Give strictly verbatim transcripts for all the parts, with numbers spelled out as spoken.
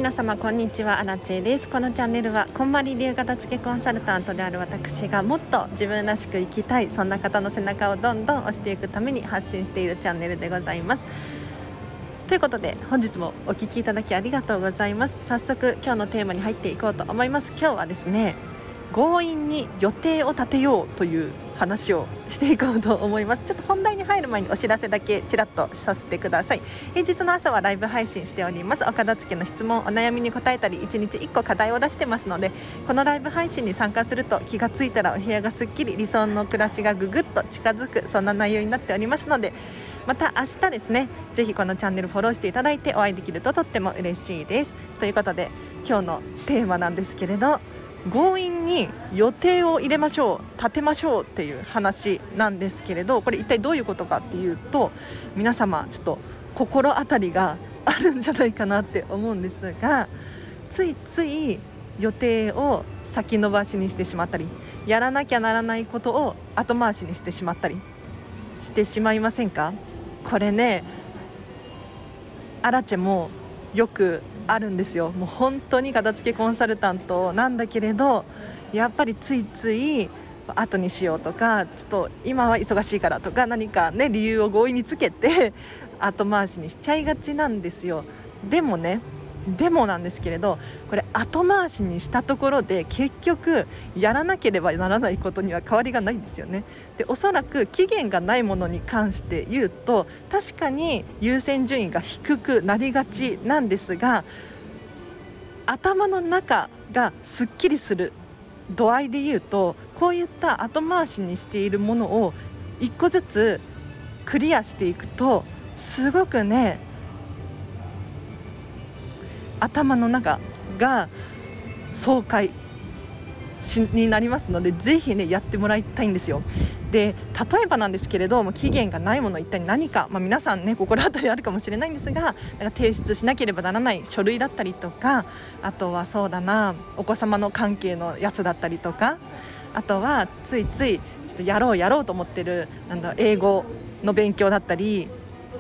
皆様こんにちは、アラチェです。このチャンネルはこんまり流片付けコンサルタントである私がもっと自分らしく生きたい、そんな方の背中をどんどん押していくために発信しているチャンネルでございます。ということで本日もお聞きいただきありがとうございます。早速今日のテーマに入っていこうと思います。今日はですね、強引に予定を立てようという話をしていこうと思います。ちょっと本題に入る前にお知らせだけちらっとさせてください。平日の朝はライブ配信しております。お片付けの質問、お悩みに答えたり、いちにちいっこ課題を出してますので、このライブ配信に参加すると気がついたらお部屋がすっきり、理想の暮らしがぐぐっと近づく、そんな内容になっておりますので、また明日ですね、ぜひこのチャンネルフォローしていただいてお会いできるととっても嬉しいです。ということで今日のテーマなんですけれど、強引に予定を入れましょう、立てましょうっていう話なんですけれど、これ一体どういうことかっていうと、皆様ちょっと心当たりがあるんじゃないかなって思うんですが、ついつい予定を先延ばしにしてしまったり、やらなきゃならないことを後回しにしてしまったりしてしまいませんか？これね、アラチェもよくあるんですよ。もう本当に片付けコンサルタントなんだけれど、やっぱりついつい後にしようとか、ちょっと今は忙しいからとか、何かね理由を強引につけて後回しにしちゃいがちなんですよ。でもねでもなんですけれど、これ後回しにしたところで結局やらなければならないことには変わりがないんですよね。で、おそらく期限がないものに関して言うと、確かに優先順位が低くなりがちなんですが、頭の中がすっきりする度合いで言うと、こういった後回しにしているものを一個ずつクリアしていくと、すごくね頭の中が爽快になりますので、ぜひねやってもらいたいんですよ。で、例えばなんですけれども、期限がないもの一体何か、まあ、皆さんね心当たりあるかもしれないんですが、なんか提出しなければならない書類だったりとか、あとはそうだな、お子様の関係のやつだったりとか、あとはついついちょっとやろうやろうと思ってるなんだ英語の勉強だったり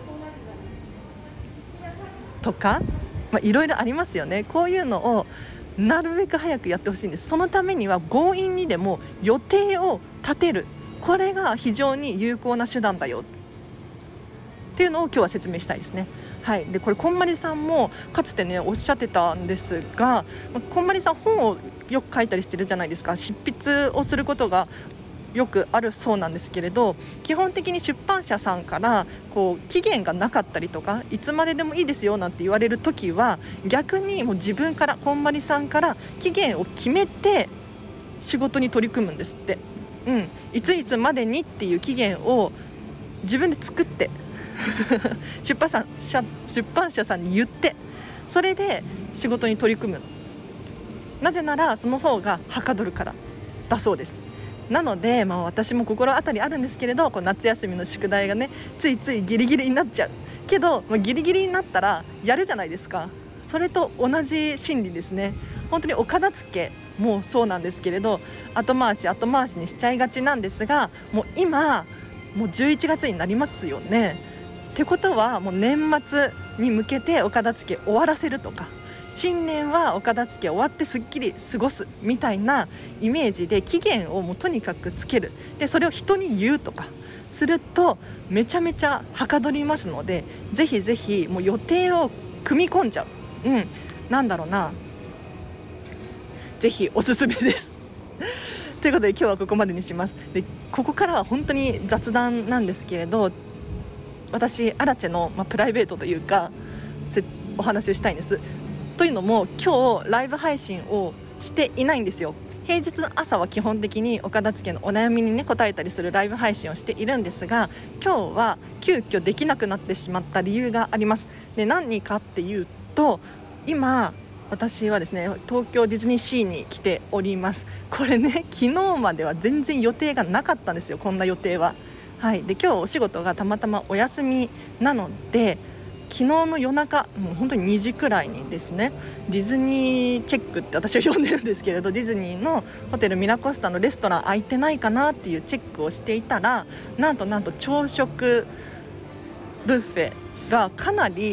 とか、まあ、いろいろありますよね。こういうのをなるべく早くやってほしいんです。そのためには強引にでも予定を立てる、これが非常に有効な手段だよっていうのを今日は説明したいですね。はい、でこれこんまりさんもかつてねおっしゃってたんですが、こんまりさん本をよく書いたりしてるじゃないですか。執筆をすることがよくあるそうなんですけれど、基本的に出版社さんからこう期限がなかったりとか、いつまででもいいですよなんて言われるときは、逆にもう自分からこんまりさんから期限を決めて仕事に取り組むんですって。うん、いついつまでにっていう期限を自分で作って出版社、出版社さんに言って、それで仕事に取り組む。なぜならその方がはかどるからだそうです。なので、まあ、私も心当たりあるんですけれど、こう夏休みの宿題がねついついギリギリになっちゃうけど、まあ、ギリギリになったらやるじゃないですか。それと同じ心理ですね。本当にお片付けもそうなんですけれど、後回し後回しにしちゃいがちなんですが、もう今もうじゅういちがつになりますよね。ってことはもう年末に向けてお片付け終わらせるとか、新年はお片付け終わってすっきり過ごすみたいなイメージで期限をもうとにかくつける。でそれを人に言うとかするとめちゃめちゃはかどりますので、ぜひぜひもう予定を組み込んじゃう、うん、なんだろうな、ぜひおすすめですということで今日はここまでにします。でここからは本当に雑談なんですけれど、私アラチェの、まあ、プライベートというかお話をしたいんです。というのも今日ライブ配信をしていないんですよ。平日の朝は基本的にお片付けのお悩みに、ね、答えたりするライブ配信をしているんですが、今日は急遽できなくなってしまった理由があります。で何かっていうと、今私はですね東京ディズニーシーに来ております。これね昨日までは全然予定がなかったんですよ、こんな予定は。はい、で今日お仕事がたまたまお休みなので、昨日の夜中もう本当ににじくらいにですね、ディズニーチェックって私は呼んでるんですけれど、ディズニーのホテルミラコスタのレストラン空いてないかなっていうチェックをしていたら、なんとなんと朝食ブッフェがかなり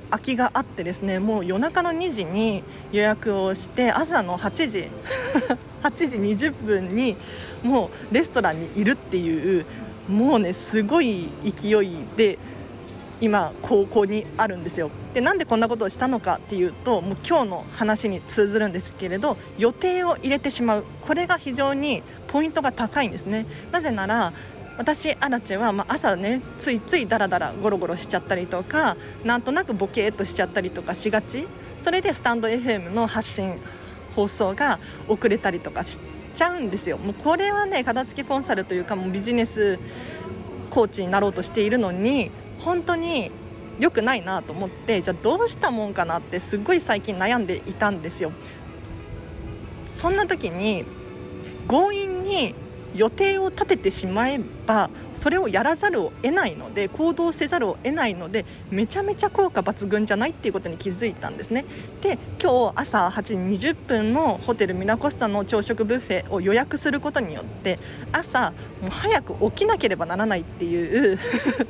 空きがあってですね、もう夜中のにじに予約をして朝のはちじはちじにじゅっぷんにもうレストランにいるっていう、もうねすごい勢いで今高校にあるんですよ。でなんでこんなことをしたのかっていうと、もう今日の話に通ずるんですけれど、予定を入れてしまう、これが非常にポイントが高いんですね。なぜなら私アラチェは、まあ、朝ねついついダラダラゴロゴロしちゃったりとか、なんとなくボケーっとしちゃったりとかしがち。それでスタンド エフエム の発信放送が遅れたりとかしちゃうんですよ。もうこれはね片付けコンサルというか、もうビジネスコーチになろうとしているのに本当に良くないなと思って、じゃあどうしたもんかなってすごい最近悩んでいたんですよ。そんな時に強引に予定を立ててしまえばそれをやらざるを得ないので、行動せざるを得ないので、めちゃめちゃ効果抜群じゃないっていうことに気づいたんですね。で今日朝はちじにじゅっぷんのホテルミラコスタの朝食ブッフェを予約することによって、朝もう早く起きなければならないっていう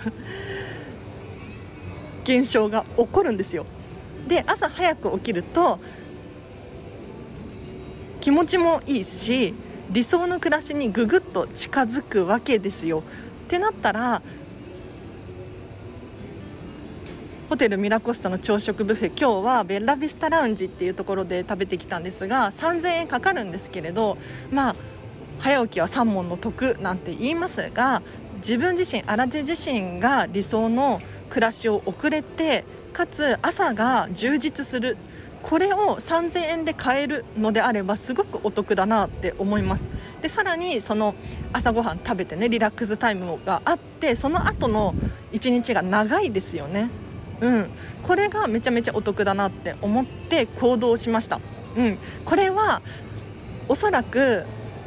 現象が起こるんですよ。で朝早く起きると気持ちもいいし、理想の暮らしにぐぐっと近づくわけですよ。ってなったらホテルミラコスタの朝食ブッフェ、今日はベッラビスタラウンジっていうところで食べてきたんですが、さんぜんえんかかるんですけれど、まあ早起きは三文の得なんて言いますが、自分自身アラチェ自身が理想の暮らしを送れて、かつ朝が充実する、これをさんぜんえんで買えるのであればすごくお得だなって思います。でさらにその朝ごはん食べてねリラックスタイムがあって、その後の一日が長いですよね。うん、これがめちゃめちゃお得だなって思って行動しました。うん、これはおそらく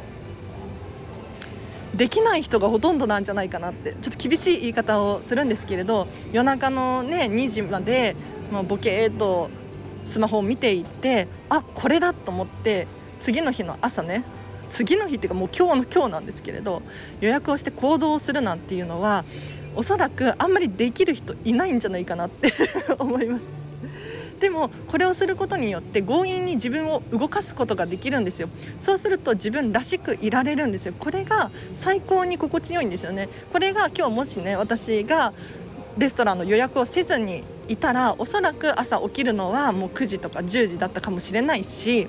できない人がほとんどなんじゃないかなって、ちょっと厳しい言い方をするんですけれど、夜中のねにじまで、まあ、ボケーっとスマホを見ていて、あこれだと思って次の日の朝ね、次の日っていうかもう今日の今日なんですけれど、予約をして行動するなんていうのはおそらくあんまりできる人いないんじゃないかなって思います。でもこれをすることによって強引に自分を動かすことができるんですよ。そうすると自分らしくいられるんですよ。これが最高に心地よいんですよね。これが今日もしね私がレストランの予約をせずにいたら、おそらく朝起きるのはもうくじとかじゅうじだったかもしれないし、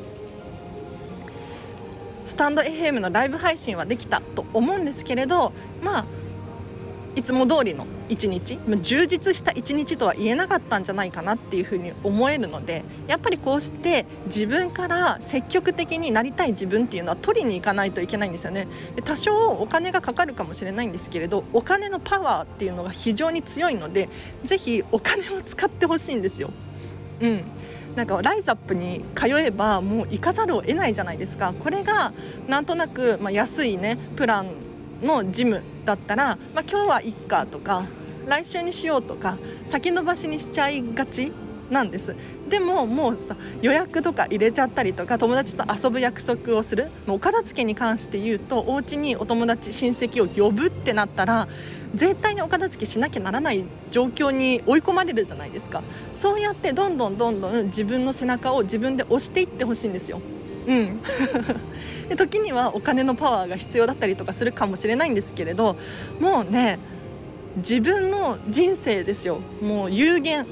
スタンド エフエム のライブ配信はできたと思うんですけれど、まあいつも通りの一日、充実した一日とは言えなかったんじゃないかなっていうふうに思えるので、やっぱりこうして自分から積極的になりたい自分っていうのは取りに行かないといけないんですよね。で多少お金がかかるかもしれないんですけれど、お金のパワーっていうのが非常に強いので、ぜひお金を使ってほしいんですよ。うん、なんかライザップに通えばもう行かざるを得ないじゃないですか。これがなんとなく、まあ、安いねプランのジムだったら、まあ、今日はいっかとか来週にしようとか先延ばしにしちゃいがちなんです。でももうさ予約とか入れちゃったりとか、友達と遊ぶ約束をする、もうお片付けに関して言うと、お家にお友達親戚を呼ぶってなったら絶対にお片付けしなきゃならない状況に追い込まれるじゃないですか。そうやってどんどんどんどん自分の背中を自分で押していってほしいんですよ。うんで時にはお金のパワーが必要だったりとかするかもしれないんですけれど、もうね自分の人生ですよ。もう有限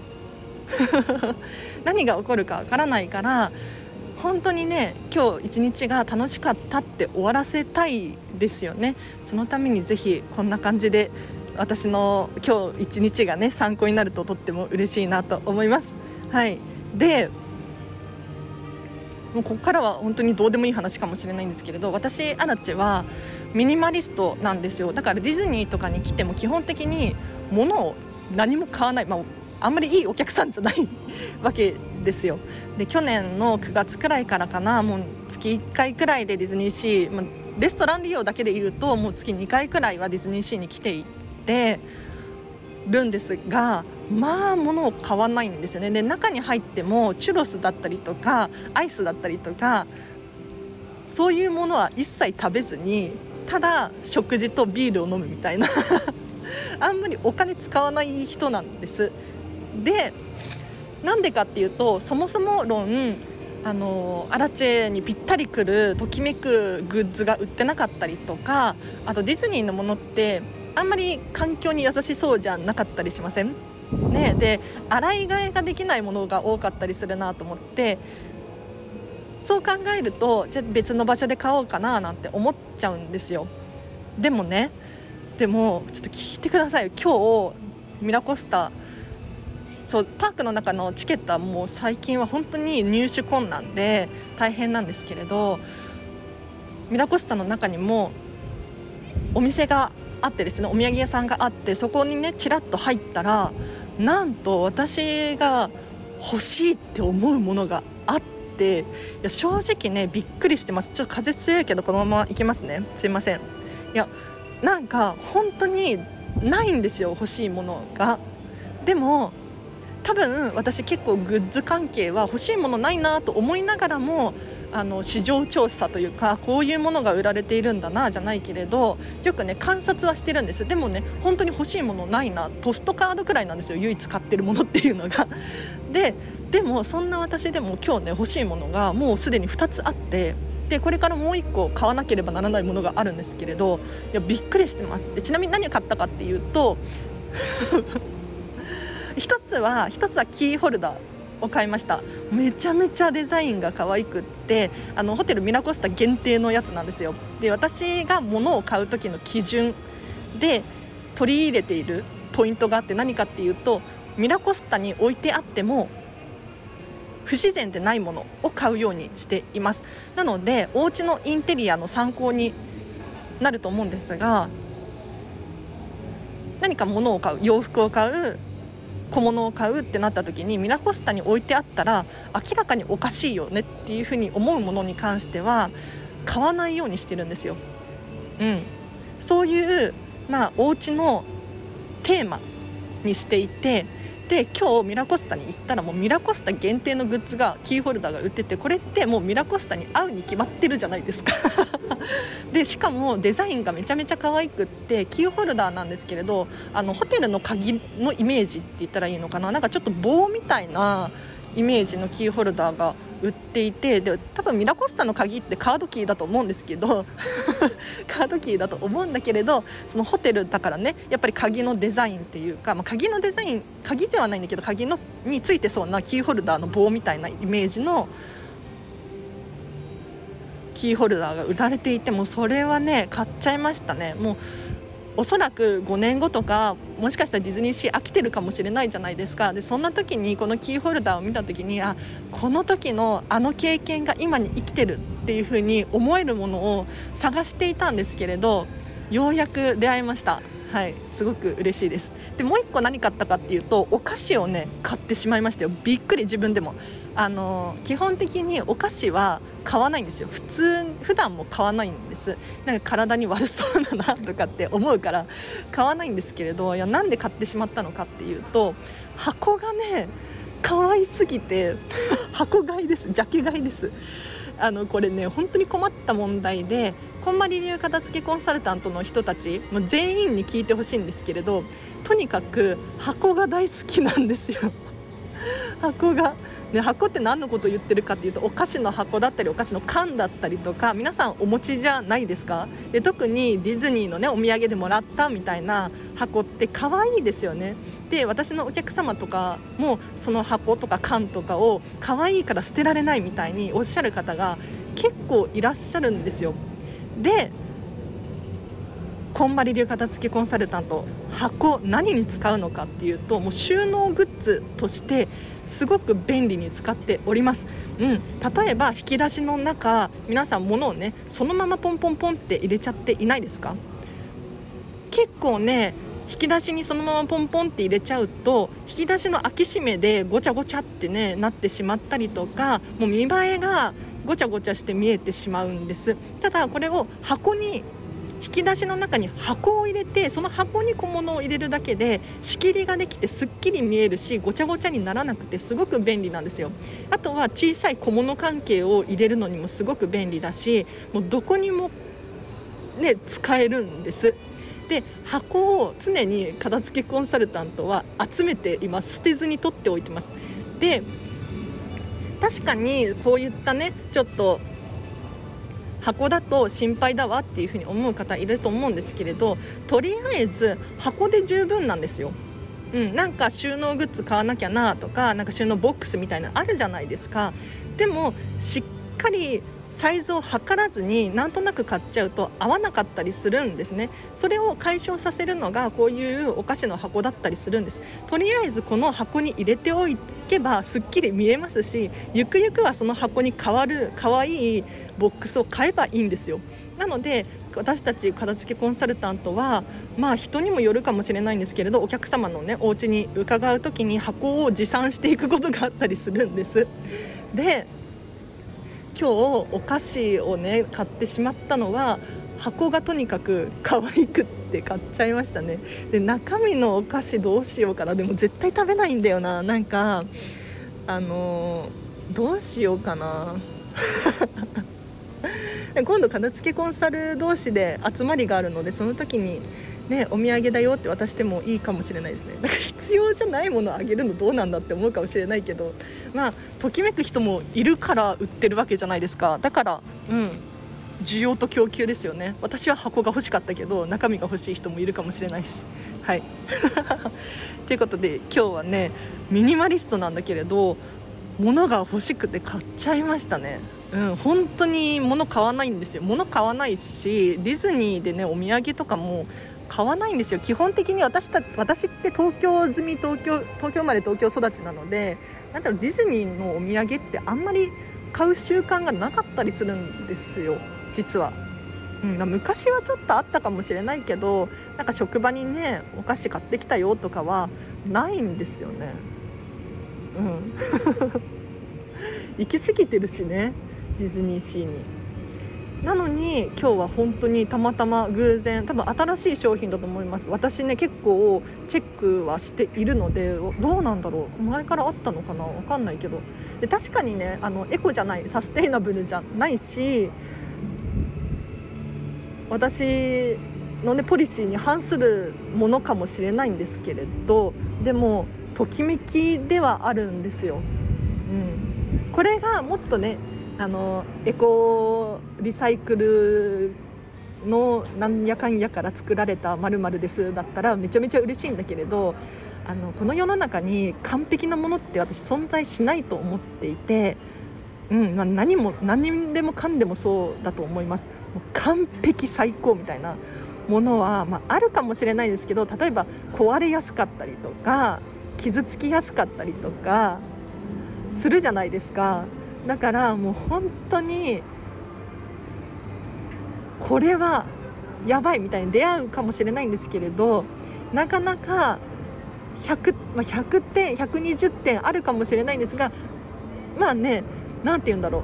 何が起こるかわからないから、本当にね今日一日が楽しかったって終わらせたいですよね。そのためにぜひこんな感じで私の今日一日がね参考になるととっても嬉しいなと思います。はい。でもうここからは本当にどうでもいい話かもしれないんですけれど、私アラチェはミニマリストなんですよ。だからディズニーとかに来ても基本的に物を何も買わない、まあ、あんまりいいお客さんじゃないわけですよ。で去年のくがつくらいからかな、もう月いっかいくらいでディズニーシー、まあ、レストラン利用だけで言うともう月にかいくらいはディズニーシーに来ていてるんですが、まあ物を買わないんですよね。で中に入ってもチュロスだったりとかアイスだったりとかそういうものは一切食べずに、ただ食事とビールを飲むみたいなあんまりお金使わない人なんです。 でなんでかっていうと、そもそも論あのアラチェにぴったりくるときめくグッズが売ってなかったりとか、あとディズニーのものってあんまり環境に優しそうじゃなかったりしませんね。で洗い替えができないものが多かったりするなと思って、そう考えるとじゃあ別の場所で買おうかななんて思っちゃうんですよ。でもねでもちょっと聞いてください。今日ミラコスタ、そうパークの中のチケットはもう最近は本当に入手困難で大変なんですけれど、ミラコスタの中にもお店があってですね、お土産屋さんがあって、そこにねちらっと入ったら、なんと私が欲しいって思うものがあって、いや正直ねびっくりしてます。ちょっと風強いけどこのまま行きますね、すいません。いやなんか本当にないんですよ、欲しいものが。でも多分私結構グッズ関係は欲しいものないなと思いながらも、あの市場調査というか、こういうものが売られているんだなじゃないけれど、よくね観察はしてるんです。でもね本当に欲しいものないな、ポストカードくらいなんですよ、唯一買ってるものっていうのが。ででもそんな私でも今日ね欲しいものがもうすでにふたつあって、でこれからもういっこ買わなければならないものがあるんですけれど、いやびっくりしてます。でちなみに何を買ったかっていうと一つは一つはキーホルダーを買いました。めちゃめちゃデザインが可愛くって、あのホテルミラコスタ限定のやつなんですよ。で私が物を買う時の基準で取り入れているポイントがあって、何かっていうと、ミラコスタに置いてあっても不自然でないものを買うようにしています。なのでお家のインテリアの参考になると思うんですが、何か物を買う、洋服を買う、小物を買うってなった時にミラコスタに置いてあったら明らかにおかしいよねっていうふうに思うものに関しては買わないようにしてるんですよ。うん、そういう、まあ、お家のテーマにしていて、で今日ミラコスタに行ったらもうミラコスタ限定のグッズが、キーホルダーが売ってて、これってもうミラコスタに合うに決まってるじゃないですかでしかもデザインがめちゃめちゃ可愛くって、キーホルダーなんですけれど、あのホテルの鍵のイメージって言ったらいいのかな、なんかちょっと棒みたいなイメージのキーホルダーが売っていて、で多分ミラコスタの鍵ってカードキーだと思うんですけどカードキーだと思うんだけれど、そのホテルだからね、やっぱり鍵のデザインっていうか、まあ、鍵のデザイン鍵ではないんだけど、鍵のについてそうなキーホルダーの棒みたいなイメージのキーホルダーが売られていて、もうそれはね買っちゃいましたね。もうおそらくごねんごとかもしかしたらディズニーシー飽きてるかもしれないじゃないですか。でそんな時にこのキーホルダーを見た時に、あこの時のあの経験が今に生きてるっていう風に思えるものを探していたんですけれど、ようやく出会いました。はい、すごく嬉しいです。でもう一個何買ったかっていうと、お菓子をね買ってしまいましたよ。びっくり、自分でもあの基本的にお菓子は買わないんですよ。普通普段も買わないんです。なんか体に悪そうだなとかって思うから買わないんですけれど、いやなんで買ってしまったのかっていうと、箱がね可愛すぎて箱買いです、ジャケ買いです。あのこれね本当に困った問題で、こんまり流片付けコンサルタントの人たちもう全員に聞いてほしいんですけれど、とにかく箱が大好きなんですよ箱が、ね、箱って何のことを言ってるかっていうと、お菓子の箱だったりお菓子の缶だったりとか、皆さんお持ちじゃないですか。で特にディズニーのねお土産でもらったみたいな箱って可愛いですよね。で私のお客様とかもその箱とか缶とかを可愛いから捨てられないみたいにおっしゃる方が結構いらっしゃるんですよ。でこんまり流片付けコンサルタント、箱何に使うのかっていうと、もう収納グッズとしてすごく便利に使っております。うん、例えば引き出しの中、皆さん物をねそのままポンポンポンって入れちゃっていないですか。結構ね引き出しにそのままポンポンって入れちゃうと、引き出しの開き閉めでごちゃごちゃってねなってしまったりとか、もう見栄えがごちゃごちゃして見えてしまうんです。ただこれを箱に、引き出しの中に箱を入れて、その箱に小物を入れるだけで仕切りができてすっきり見えるし、ごちゃごちゃにならなくてすごく便利なんですよ。あとは小さい小物関係を入れるのにもすごく便利だし、もうどこにもね使えるんです。 で箱を常に片付けコンサルタントは集めています。捨てずに取っておいてます。で確かにこういったねちょっと箱だと心配だわっていうふうに思う方いると思うんですけれど、とりあえず箱で十分なんですよ。うん、なんか収納グッズ買わなきゃなとか、なんか収納ボックスみたいなのあるじゃないですか。でもしっかりサイズを測らずになんとなく買っちゃうと合わなかったりするんですね。それを解消させるのがこういうお菓子の箱だったりするんです。とりあえずこの箱に入れておけばすっきり見えますし、ゆくゆくはその箱に代わる可愛いボックスを買えばいいんですよ。なので私たち片付けコンサルタントはまあ人にもよるかもしれないんですけれど、お客様のねお家に伺うときに箱を持参していくことがあったりするんです。で今日お菓子をね買ってしまったのは箱がとにかく可愛くって買っちゃいましたね。で中身のお菓子どうしようかな。でも絶対食べないんだよな。なんかあのー、どうしようかな今度片付けコンサル同士で集まりがあるので、その時にねお土産だよって渡してもいいかもしれないですね。なんか必要じゃないものをあげるのどうなんだって思うかもしれないけど、まあときめく人もいるから売ってるわけじゃないですか。だからうん需要と供給ですよね。私は箱が欲しかったけど中身が欲しい人もいるかもしれないし、はいということで今日はねミニマリストなんだけれど物が欲しくて買っちゃいましたね。うん、本当に物買わないんですよ。物買わないし、ディズニーでねお土産とかも買わないんですよ。基本的に私た私って東京済み東京東京生まれ東京育ちなので、なんだろうディズニーのお土産ってあんまり買う習慣がなかったりするんですよ実は。うん、昔はちょっとあったかもしれないけど、なんか職場にねお菓子買ってきたよとかはないんですよね。うん行き過ぎてるしねディズニーシーに。なのに今日は本当にたまたま偶然、多分新しい商品だと思います。私ね結構チェックはしているので、どうなんだろう前からあったのかな分かんないけど、で確かにねあのエコじゃないサステイナブルじゃないし、私のねポリシーに反するものかもしれないんですけれど、でもときめきではあるんですよ。うん、これがもっとねあのエコリサイクルのなんやかんやから作られた〇〇ですだったらめちゃめちゃ嬉しいんだけれど、あのこの世の中に完璧なものって私存在しないと思っていて、うんまあ、何も何でもかんでもそうだと思います。もう完璧最高みたいなものは、まあ、あるかもしれないですけど、例えば壊れやすかったりとか傷つきやすかったりとかするじゃないですか。だからもう本当にこれはやばいみたいに出会うかもしれないんですけれど、なかなかひゃく、まあ、ひゃくてんひゃくにじゅってんあるかもしれないんですが、まあねなんて言うんだろ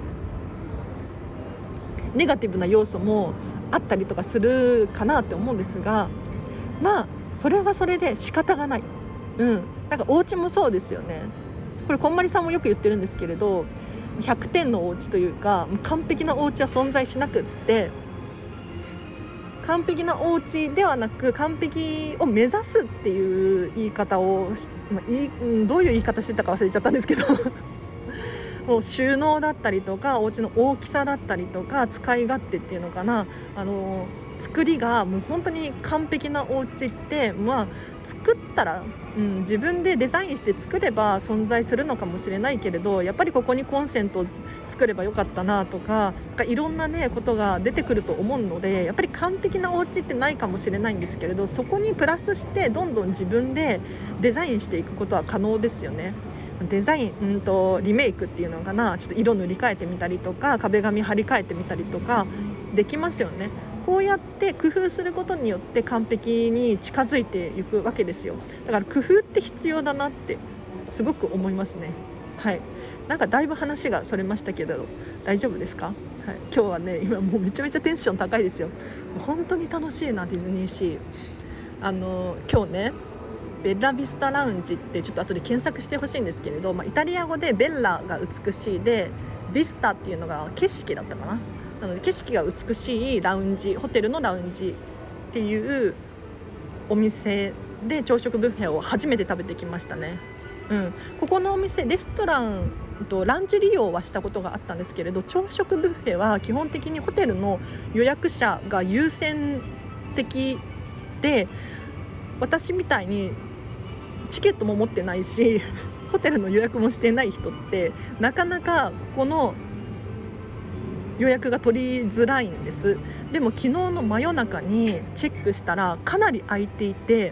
うネガティブな要素もあったりとかするかなって思うんですが、まあそれはそれで仕方がない。うん、なんかお家もそうですよね。これこんまりさんもよく言ってるんですけれど、ひゃくてんのお家というか完璧なお家は存在しなくって、完璧なお家ではなく完璧を目指すっていう言い方を、まあ、いいどういう言い方してたか忘れちゃったんですけどもう収納だったりとかお家の大きさだったりとか使い勝手っていうのかな、あの作りがもう本当に完璧なお家って、まあ、作ったら、うん、自分でデザインして作れば存在するのかもしれないけれど、やっぱりここにコンセント作ればよかったなとか、なんかいろんな、ね、ことが出てくると思うので、やっぱり完璧なお家ってないかもしれないんですけれど、そこにプラスしてどんどん自分でデザインしていくことは可能ですよね。デザイン、うんとリメイクっていうのかな、ちょっと色塗り替えてみたりとか壁紙張り替えてみたりとかできますよね。こうやって工夫することによって完璧に近づいていくわけですよ。だから工夫って必要だなってすごく思いますね。はい、なんかだいぶ話がそれましたけど大丈夫ですか？はい、今日はね今もうめちゃめちゃテンション高いですよ。本当に楽しいなディズニーシー。あの今日ねベッラビスタラウンジってちょっと後で検索してほしいんですけれど、まあ、イタリア語でベッラが美しいでビスタっていうのが景色だったかな。なので景色が美しいラウンジ、ホテルのラウンジっていうお店で朝食ブッフェを初めて食べてきましたね。うん、ここのお店レストランとランチ利用はしたことがあったんですけれど、朝食ブッフェは基本的にホテルの予約者が優先的で、私みたいにチケットも持ってないしホテルの予約もしてない人ってなかなかここの予約が取りづらいんです。でも昨日の真夜中にチェックしたらかなり空いていて、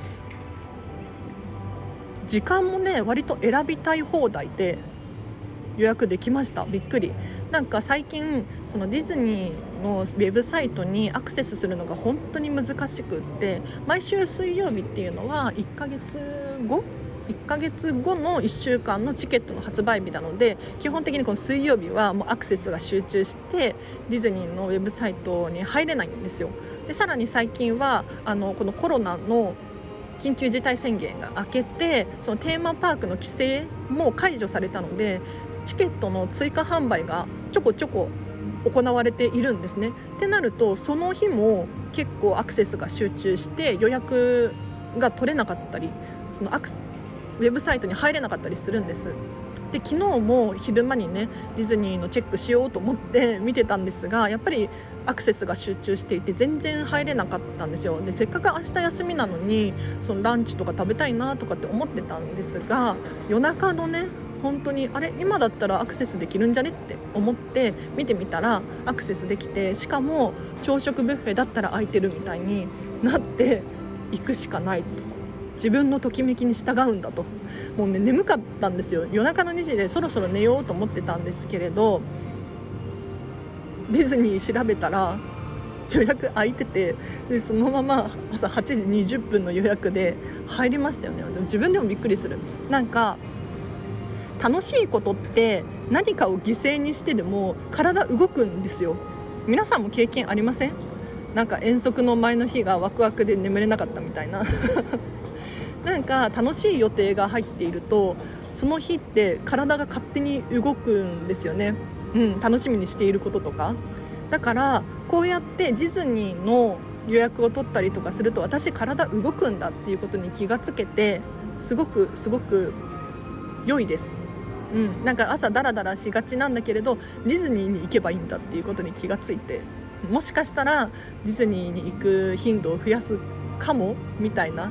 時間もね割と選びたい放題で予約できました。びっくり。なんか最近そのディズニーのウェブサイトにアクセスするのが本当に難しくって、毎週水曜日っていうのはいっかげつごいっかげつごのいっしゅうかんのチケットの発売日なので、基本的にこの水曜日はもうアクセスが集中してディズニーのウェブサイトに入れないんですよ。でさらに最近はあのこのコロナの緊急事態宣言が明けて、そのテーマパークの規制も解除されたので、チケットの追加販売がちょこちょこ行われているんですね。ってなるとその日も結構アクセスが集中して予約が取れなかったり、そのアクウェブサイトに入れなかったりするんです。で昨日も昼間にねディズニーのチェックしようと思って見てたんですが、やっぱりアクセスが集中していて全然入れなかったんですよ。でせっかく明日休みなのにそのランチとか食べたいなとかって思ってたんですが、夜中のね本当にあれ今だったらアクセスできるんじゃねって思って見てみたらアクセスできて、しかも朝食ブッフェだったら空いてるみたいになって行くしかないと、自分のときめきに従うんだと。もうね眠かったんですよ。夜中のにじでそろそろ寝ようと思ってたんですけれど、ディズニー調べたら予約空いてて、でそのまま朝はちじにじゅっぷんの予約で入りましたよね。でも自分でもびっくりする。なんか楽しいことって何かを犠牲にしてでも体動くんですよ。皆さんも経験ありません？なんか遠足の前の日がワクワクで眠れなかったみたいななんか楽しい予定が入っているとその日って体が勝手に動くんですよね、うん、楽しみにしていることとか。だからこうやってディズニーの予約を取ったりとかすると、私体動くんだっていうことに気がつけて、すごくすごく良いです。うん、なんか朝ダラダラしがちなんだけれどディズニーに行けばいいんだっていうことに気がついて、もしかしたらディズニーに行く頻度を増やすかもみたいな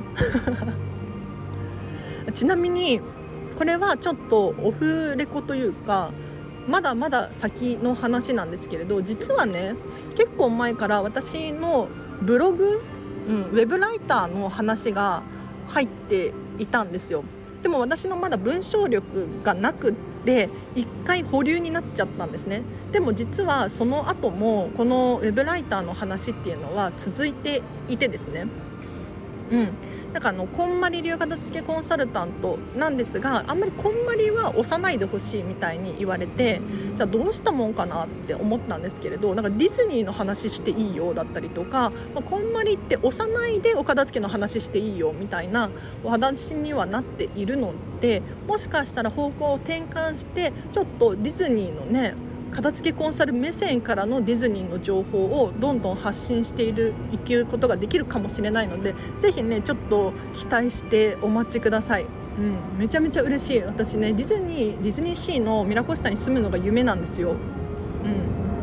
ちなみにこれはちょっとオフレコというかまだまだ先の話なんですけれど、実はね結構前から私のブログ、うん、ウェブライターの話が入っていたんですよ。でも私のまだ文章力がなくって一回保留になっちゃったんですね。でも実はその後もこのウェブライターの話っていうのは続いていてですね、うん、なんかあのこんまり流片付けコンサルタントなんですが、あんまりこんまりは押さないでほしいみたいに言われて、じゃあどうしたもんかなって思ったんですけれど、なんかディズニーの話していいよだったりとか、まあ、こんまりって押さないでお片付けの話していいよみたいなお話にはなっているので、もしかしたら方向を転換してちょっとディズニーのね片付けコンサル目線からのディズニーの情報をどんどん発信しているいくことができるかもしれないので、ぜひねちょっと期待してお待ちください。うん、めちゃめちゃ嬉しい。私ねディズニーディズニーシーのミラコスタに住むのが夢なんですよ。うん、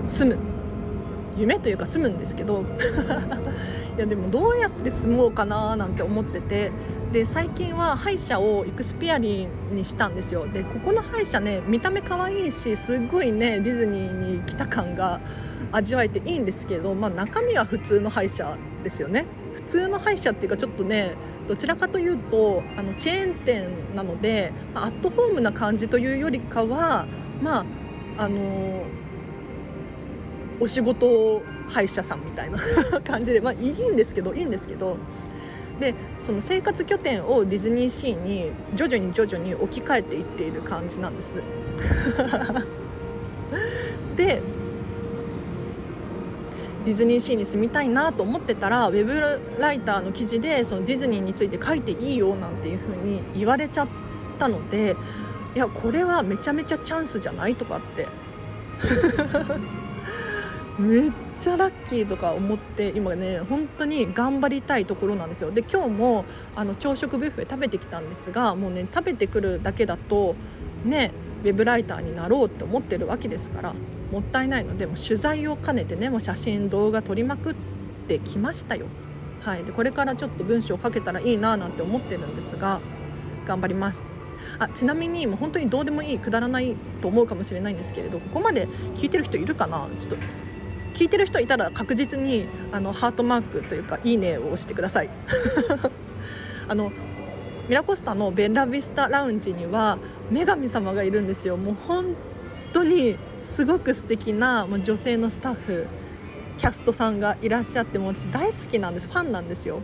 住む夢というか住むんですけどいやでもどうやって住もうかななんて思ってて、で最近は歯医者をイクスピアリにしたんですよ。でここの歯医者ね見た目可愛いしすっごいねディズニーに来た感が味わえていいんですけど、まあ、中身は普通の歯医者ですよね。普通の歯医者っていうかちょっとねどちらかというとあのチェーン店なので、まあ、アットホームな感じというよりかはまああのー、お仕事歯医者さんみたいな感じで、まあ、いいんですけどいいんですけどでその生活拠点をディズニーシーに徐々に徐々に置き換えていっている感じなんですでディズニーシーに住みたいなと思ってたらウェブライターの記事でそのディズニーについて書いていいよなんていう風に言われちゃったので、いやこれはめちゃめちゃチャンスじゃないとかってめっちゃラッキーとか思って今ね本当に頑張りたいところなんですよ。で今日もあの朝食ビュッフェ食べてきたんですが、もうね食べてくるだけだとねウェブライターになろうって思ってるわけですから、もったいないのでもう取材を兼ねてねもう写真動画撮りまくってきましたよ。はい、でこれからちょっと文章を書けたらいいななんて思ってるんですが頑張ります。あちなみにもう本当にどうでもいいくだらないと思うかもしれないんですけれど、ここまで聞いてる人いるかな。ちょっと聞いてる人いたら確実にあのハートマークというかいいねを押してくださいあのミラコスタのベラビスタラウンジには女神様がいるんですよ。もう本当にすごく素敵なもう女性のスタッフキャストさんがいらっしゃって、もう私大好きなんです。ファンなんですよ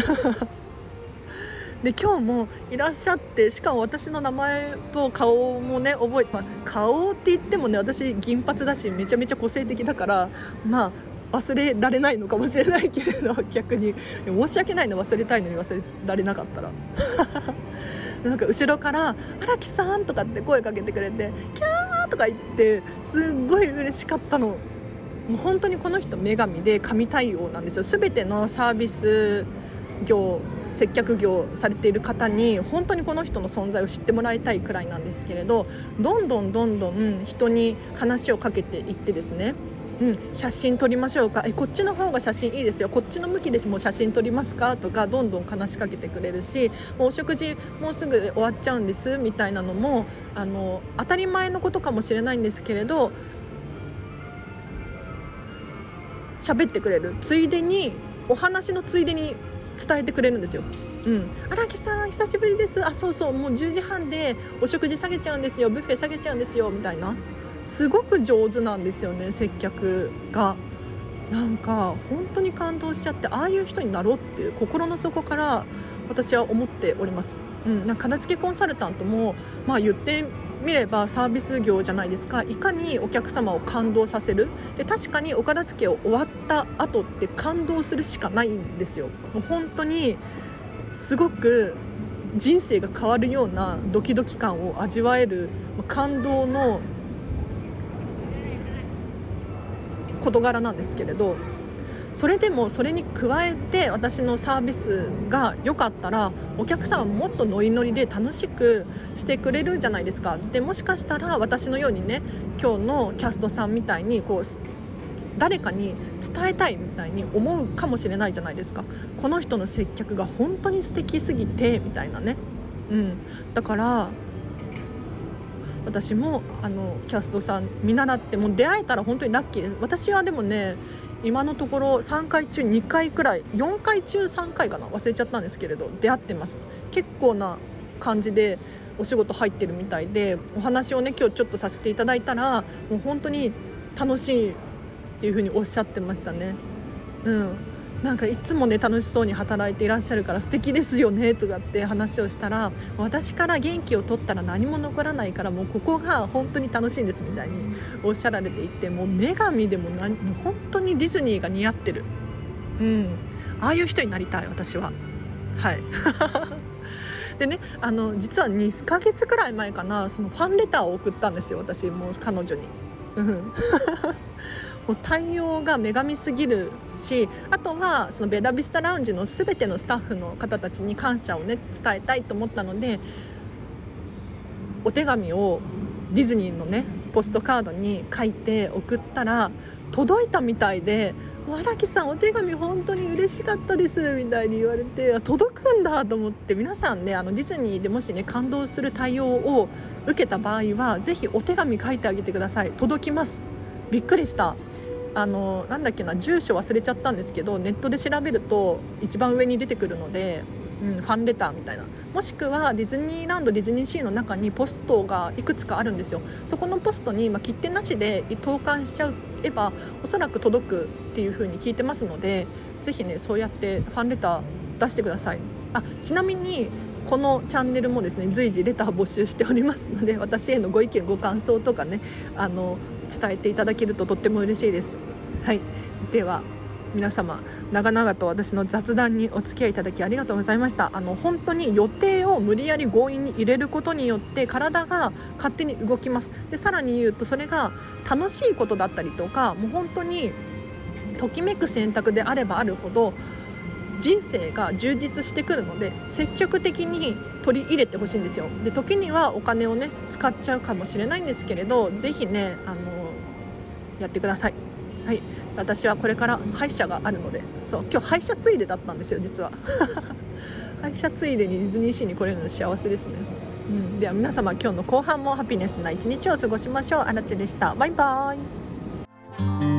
で今日もいらっしゃって、しかも私の名前と顔もね覚えて、まあ、顔って言ってもね私銀髪だしめちゃめちゃ個性的だからまあ忘れられないのかもしれないけれど、逆に申し訳ないの、忘れたいのに忘れられなかったらなんか後ろから荒木さんとかって声かけてくれてキャーとか言ってすっごい嬉しかったの。もう本当にこの人女神で神対応なんですよ。すべてのサービス業接客業されている方に本当にこの人の存在を知ってもらいたいくらいなんですけれど、どんどんどんどん人に話をかけていってですね、うん、写真撮りましょうか、えこっちの方が写真いいですよ、こっちの向きですもう写真撮りますかとかどんどん話しかけてくれるし、もうお食事もうすぐ終わっちゃうんですみたいなのもあの当たり前のことかもしれないんですけれど喋ってくれる、ついでにお話のついでに伝えてくれるんですよ。うん、荒木さん久しぶりです、あそうそうもうじゅうじはんでお食事下げちゃうんですよ、ビュッフェ下げちゃうんですよみたいな、すごく上手なんですよね接客が。なんか本当に感動しちゃって、ああいう人になろうっていう心の底から私は思っております。うん、なんか片付けコンサルタントも、まあ、言ってみればサービス業じゃないですか。いかにお客様を感動させるで、確かにお片付けを終わった後って感動するしかないんですよ。もう本当にすごく人生が変わるようなドキドキ感を味わえる感動の事柄なんですけれど、それでもそれに加えて私のサービスが良かったらお客さんはもっとノリノリで楽しくしてくれるじゃないですか。でもしかしたら私のようにね今日のキャストさんみたいにこう誰かに伝えたいみたいに思うかもしれないじゃないですか。この人の接客が本当に素敵すぎてみたいなね、うん、だから私もあのキャストさん見習ってもう出会えたら本当にラッキーです。私はでもね今のところさんかい中にかいくらい、よんかい中さんかいかな忘れちゃったんですけれど出会ってます。結構な感じでお仕事入ってるみたいで、お話をね今日ちょっとさせていただいたらもう本当に楽しいっていう風におっしゃってましたね。うん、なんかいつもね楽しそうに働いていらっしゃるから素敵ですよねとかって話をしたら、私から元気を取ったら何も残らないからもうここが本当に楽しいんですみたいにおっしゃられていて、もう女神でも何もう本当にディズニーが似合ってる、うん、ああいう人になりたい私は。はいでね、あの実はにかげつくらい前かな、そのファンレターを送ったんですよ私もう彼女に。うんもう対応が女神すぎるし、あとはそのベラビスタラウンジの全てのスタッフの方たちに感謝をね伝えたいと思ったので、お手紙をディズニーのねポストカードに書いて送ったら届いたみたいで、荒木さんお手紙本当に嬉しかったですみたいに言われて、届くんだと思って、皆さんねあのディズニーでもしね感動する対応を受けた場合はぜひお手紙書いてあげてください。届きます。びっくりした。あのなんだっけな住所忘れちゃったんですけど、ネットで調べると一番上に出てくるので、うん、ファンレターみたいな、もしくはディズニーランドディズニーシーの中にポストがいくつかあるんですよ。そこのポストに、まあ、切手なしで投函しちゃえばおそらく届くっていう風に聞いてますので、ぜひねそうやってファンレター出してください。あちなみにこのチャンネルもですね随時レター募集しておりますので、私へのご意見ご感想とかねあの伝えていただけるととっても嬉しいです。はい、では皆様長々と私の雑談にお付き合いいただきありがとうございました。あの本当に予定を無理やり強引に入れることによって体が勝手に動きます。でさらに言うとそれが楽しいことだったりとか、もう本当にときめく選択であればあるほど人生が充実してくるので、積極的に取り入れてほしいんですよ。で時にはお金をね使っちゃうかもしれないんですけれど、ぜひねあのやってください。はい、私はこれから歯医者があるので、そう今日歯医者ついでだったんですよ実は歯医者ついでにディズニーシーに来れるの幸せですね。うん、では皆様今日の後半もハピネスな一日を過ごしましょう。あらちでした。バイバイ。